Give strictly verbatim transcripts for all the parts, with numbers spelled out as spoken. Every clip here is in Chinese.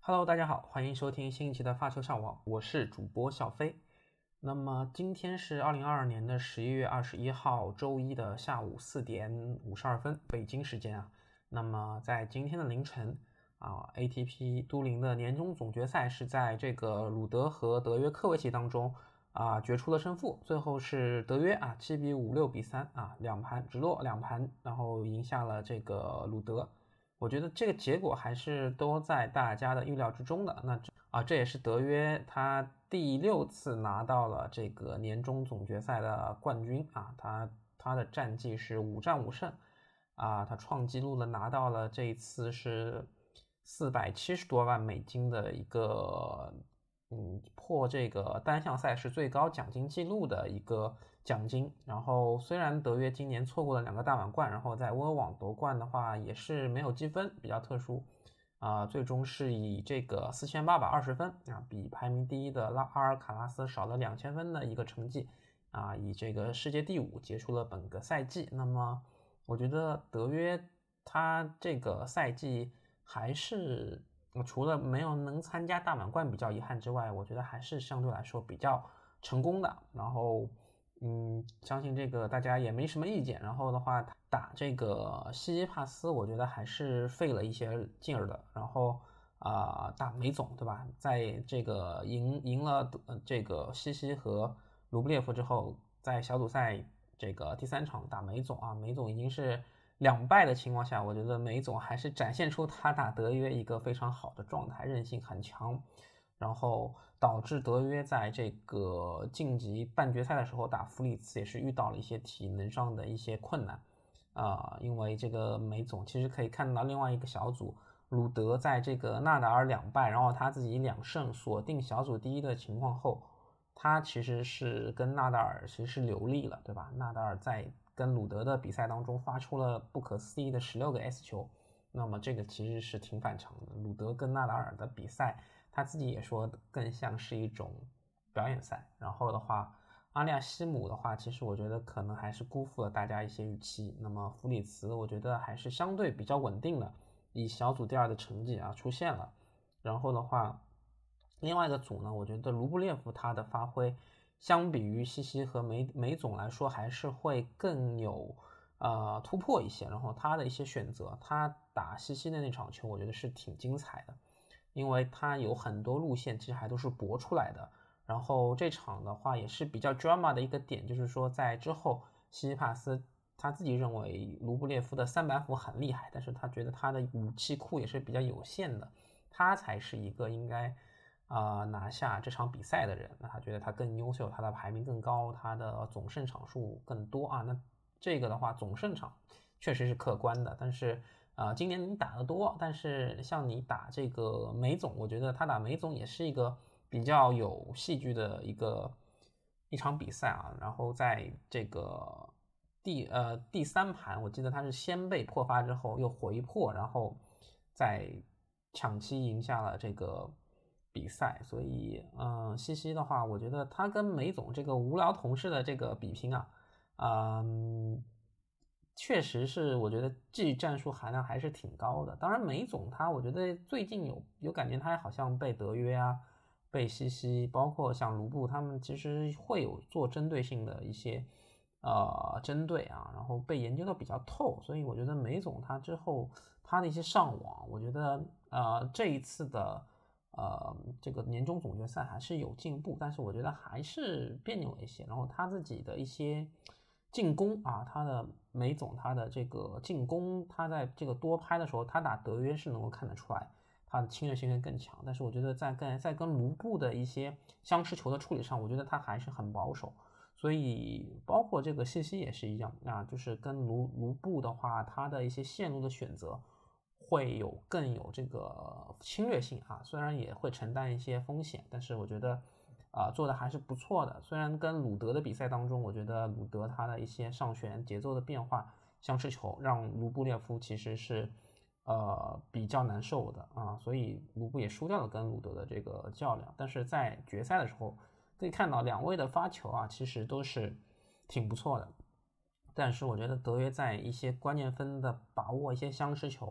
Hello，大家好，欢迎收听新一期的发球上网，我是主播小飞。那么今天是二零二二年的十一月二十一号周一的下午四点五十二分，北京时间啊。那么在今天的凌晨啊 ，A T P 都灵的年终总决赛是在这个鲁德和德约科维奇当中啊决出了胜负，最后是德约啊七比五、六比三啊两盘直落两盘，然后赢下了这个鲁德。我觉得这个结果还是都在大家的预料之中的。那啊，这也是德约他第六次拿到了这个年终总决赛的冠军啊，他他的战绩是五战五胜啊，他创纪录的拿到了这一次是四百七十多万美金的一个。嗯，破这个单项赛事最高奖金记录的一个奖金。然后虽然德约今年错过了两个大满贯，然后在温网网夺冠的话也是没有积分，比较特殊啊、呃，最终是以这个四千八百二十分啊，比排名第一的拉阿尔卡拉斯少了两千分的一个成绩啊，以这个世界第五结束了本个赛季。那么我觉得德约他这个赛季还是。除了没有能参加大满贯比较遗憾之外，我觉得还是相对来说比较成功的。然后，嗯，相信这个大家也没什么意见。然后的话，打这个西西帕斯，我觉得还是费了一些劲儿的。然后啊、呃，打梅总，对吧？在这个赢赢了、呃、这个西西和卢布列夫之后，在小组赛这个第三场打梅总啊，梅总已经是。两败的情况下，我觉得梅总还是展现出他打德约一个非常好的状态，韧性很强，然后导致德约在这个晋级半决赛的时候打弗里茨也是遇到了一些体能上的一些困难啊、呃，因为这个梅总其实可以看到另外一个小组，鲁德在这个纳达尔两败，然后他自己两胜锁定小组第一的情况后，他其实是跟纳达尔其实是流利了，对吧？纳达尔在跟鲁德的比赛当中发出了不可思议的十六个 S 球，那么这个其实是挺反常的。鲁德跟纳达尔的比赛，他自己也说更像是一种表演赛。然后的话，阿利亚西姆的话，其实我觉得可能还是辜负了大家一些预期。那么弗里茨，我觉得还是相对比较稳定的，以小组第二的成绩啊出现了。然后的话，另外一个组呢，我觉得卢布列夫他的发挥。相比于西西和梅梅总来说，还是会更有呃突破一些。然后他的一些选择，他打西西的那场球，我觉得是挺精彩的，因为他有很多路线其实还都是搏出来的。然后这场的话也是比较 drama 的一个点，就是说在之后西西帕斯他自己认为卢布列夫的三板斧很厉害，但是他觉得他的武器库也是比较有限的，他才是一个应该。啊、呃，拿下这场比赛的人，那他觉得他更优秀，他的排名更高，他的总胜场数更多啊。那这个的话，总胜场确实是客观的，但是啊、呃，今年你打得多，但是像你打这个梅总，我觉得他打梅总也是一个比较有戏剧的一个一场比赛啊。然后在这个第呃第三盘，我记得他是先被破发之后又回破，然后在抢七赢下了这个。比赛，所以嗯，西西的话，我觉得他跟梅总这个无聊同事的这个比拼啊，嗯，确实是我觉得技战术含量还是挺高的。当然，梅总他我觉得最近有有感觉他好像被德约啊、被西西，包括像卢布他们，其实会有做针对性的一些呃针对啊，然后被研究的比较透。所以我觉得梅总他之后他的一些上网，我觉得呃这一次的。呃，这个年终总决赛还是有进步，但是我觉得还是别扭一些。然后他自己的一些进攻啊，他的梅总他的这个进攻，他在这个多拍的时候，他打德约是能够看得出来，他的侵略性会更强。但是我觉得在跟在跟卢布的一些相持球的处理上，我觉得他还是很保守。所以包括这个西西也是一样啊，就是跟卢卢布的话，他的一些线路的选择。会有更有这个侵略性啊，虽然也会承担一些风险，但是我觉得啊、呃、做的还是不错的。虽然跟鲁德的比赛当中，我觉得鲁德他的一些上旋节奏的变化，相持球让卢布列夫其实是呃比较难受的啊，所以卢布也输掉了跟鲁德的这个较量。但是在决赛的时候可以看到两位的发球啊，其实都是挺不错的。但是我觉得德约在一些关键分的把握，一些相持球。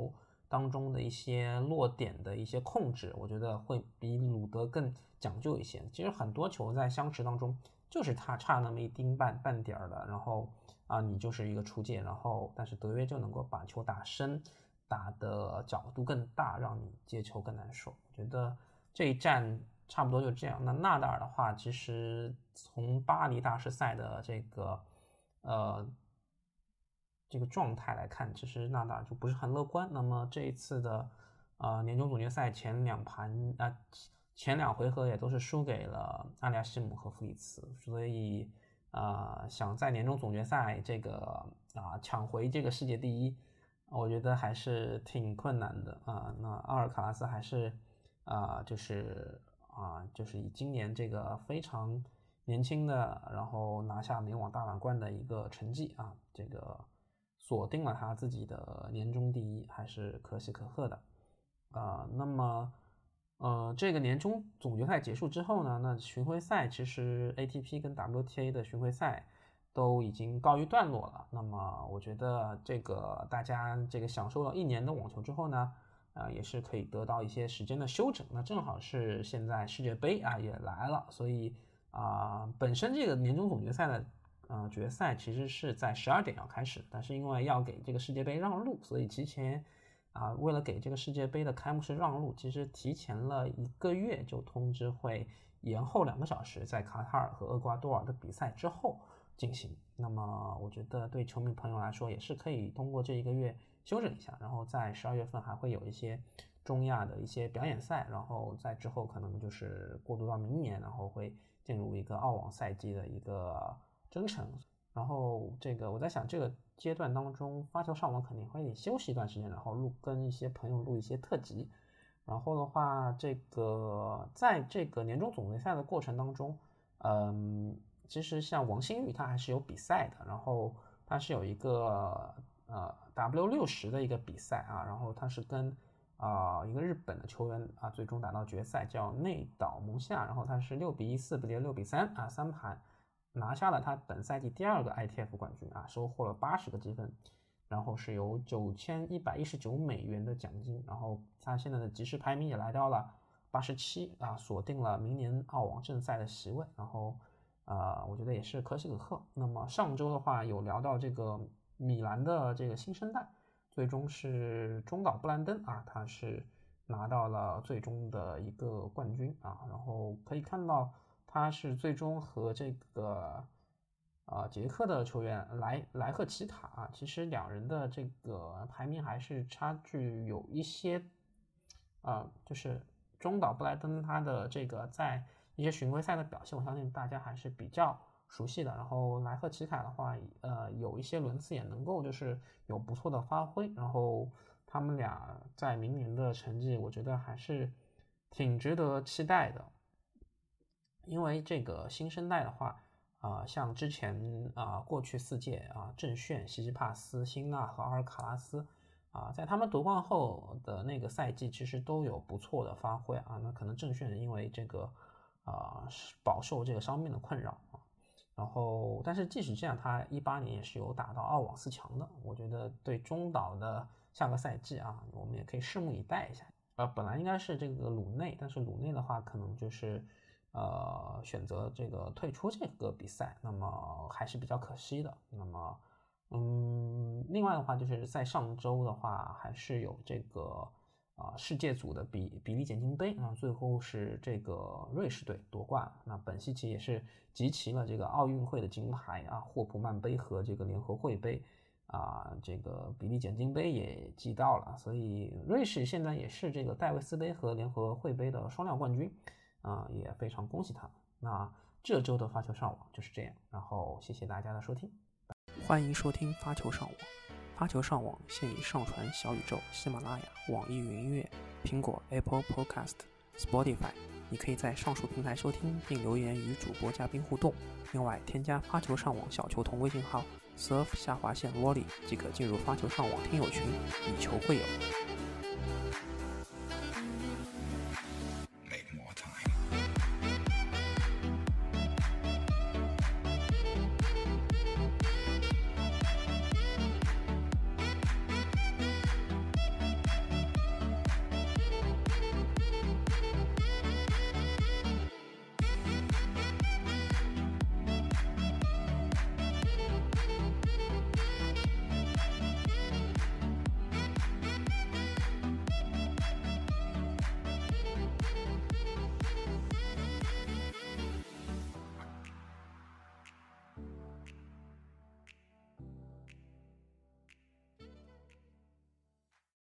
当中的一些落点的一些控制，我觉得会比鲁德更讲究一些。其实很多球在相持当中就是他差那么一丁半半点的，然后啊你就是一个出界，然后但是德约就能够把球打深，打的角度更大，让你接球更难受。我觉得这一战差不多就这样。那纳达尔的话，其实从巴黎大师赛的这个呃这个状态来看，其实纳达尔就不是很乐观。那么这一次的呃年终总决赛前两盘啊、呃、前两回合也都是输给了阿里亚西姆和弗里茨，所以啊、呃、想在年终总决赛这个啊、呃、抢回这个世界第一，我觉得还是挺困难的啊。那阿尔卡拉斯还是啊、呃、就是啊就是以今年这个非常年轻的，然后拿下美网大满贯的一个成绩啊，这个锁定了他自己的年终第一，还是可喜可贺的啊、呃。那么呃，这个年终总决赛结束之后呢，那巡回赛其实 A T P 跟 W T A 的巡回赛都已经告一段落了。那么我觉得这个大家这个享受了一年的网球之后呢，呃，也是可以得到一些时间的休整。那正好是现在世界杯啊也来了，所以啊、呃，本身这个年终总决赛的呃决赛其实是在十二点要开始，但是因为要给这个世界杯让路，所以提前啊，为了给这个世界杯的开幕式让路，其实提前了一个月就通知会延后两个小时，在卡塔尔和厄瓜多尔的比赛之后进行。那么我觉得对球迷朋友来说也是可以通过这一个月休整一下，然后在十二月份还会有一些中亚的一些表演赛，然后在之后可能就是过渡到明年，然后会进入一个澳网赛季的一个征程。然后这个我在想，这个阶段当中发球上网肯定会休息一段时间，然后录跟一些朋友录一些特辑。然后的话，这个在这个年终总决赛的过程当中，嗯，其实像王星宇他还是有比赛的，然后他是有一个呃 W 六十的一个比赛啊，然后他是跟啊、呃、一个日本的球员啊最终打到决赛，叫内岛蒙夏，然后他是六比一、四比零、六比三啊三盘拿下了他本赛季第二个 I T F 冠军啊，收获了八十个积分，然后是有九千一百一十九美元的奖金，然后他现在的即时排名也来到了八十七啊，锁定了明年澳网正赛的席位，然后啊、呃，我觉得也是可喜可贺。那么上周的话有聊到这个米兰的这个新生代，最终是中岛布兰登啊，他是拿到了最终的一个冠军啊，然后可以看到他是最终和这个啊、呃、捷克的球员莱莱赫奇卡啊，其实两人的这个排名还是差距有一些啊、呃，就是中岛布莱登他的这个在一些巡回赛的表现，我相信大家还是比较熟悉的。然后莱赫奇卡的话，呃，有一些轮次也能够就是有不错的发挥，然后他们俩在明年的成绩，我觉得还是挺值得期待的。因为这个新生代的话，啊、呃，像之前啊、呃、过去四届啊，郑炫、西西帕斯、辛纳和阿尔卡拉斯啊，在他们夺冠后的那个赛季，其实都有不错的发挥啊。那可能郑炫因为这个啊、呃、饱受这个伤病的困扰啊，然后但是即使这样，他一八年也是有打到澳网四强的。我觉得对中岛的下个赛季啊，我们也可以拭目以待一下。呃，本来应该是这个鲁内，但是鲁内的话可能就是呃选择这个退出这个比赛，那么还是比较可惜的。那么嗯，另外的话就是在上周的话，还是有这个啊、呃、世界组的比比利简金杯啊，最后是这个瑞士队夺冠。那本西奇也是集齐了这个奥运会的金牌啊，霍普曼杯和这个联合会杯啊，这个比利简金杯也集到了，所以瑞士现在也是这个戴维斯杯和联合会杯的双料冠军啊，也非常恭喜他。那这周的发球上网就是这样，然后谢谢大家的收听。 欢迎收听发球上网。发球上网现已上传小宇宙、喜马拉雅、网易云音乐、苹果 Apple Podcast、Spotify， 你可以在上述平台收听并留言与主播嘉宾互动。另外，添加发球上网小球童微信号 surf 下划线 volley 即可进入发球上网听友群，以球会友。